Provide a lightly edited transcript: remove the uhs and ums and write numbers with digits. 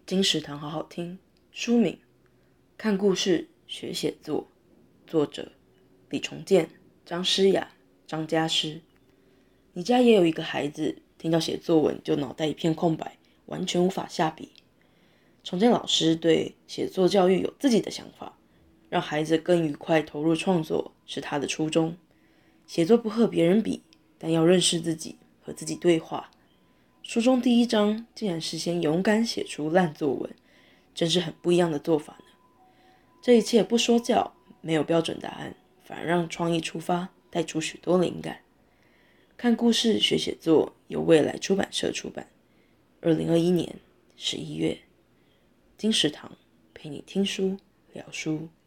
金石堂好好听。书名：看故事学写作，作者李重建、张诗雅、张家诗。你家也有一个孩子，听到写作文就脑袋一片空白，完全无法下笔。重建老师对写作教育有自己的想法，让孩子更愉快投入创作是他的初衷。写作不和别人比，但要认识自己，和自己对话。书中第一章竟然是先勇敢写出烂作文，真是很不一样的做法呢。这一切不说教，没有标准答案，反而让创意出发，带出许多灵感。看故事学写作，由未来出版社出版，2021年11月。金石堂陪你听书聊书。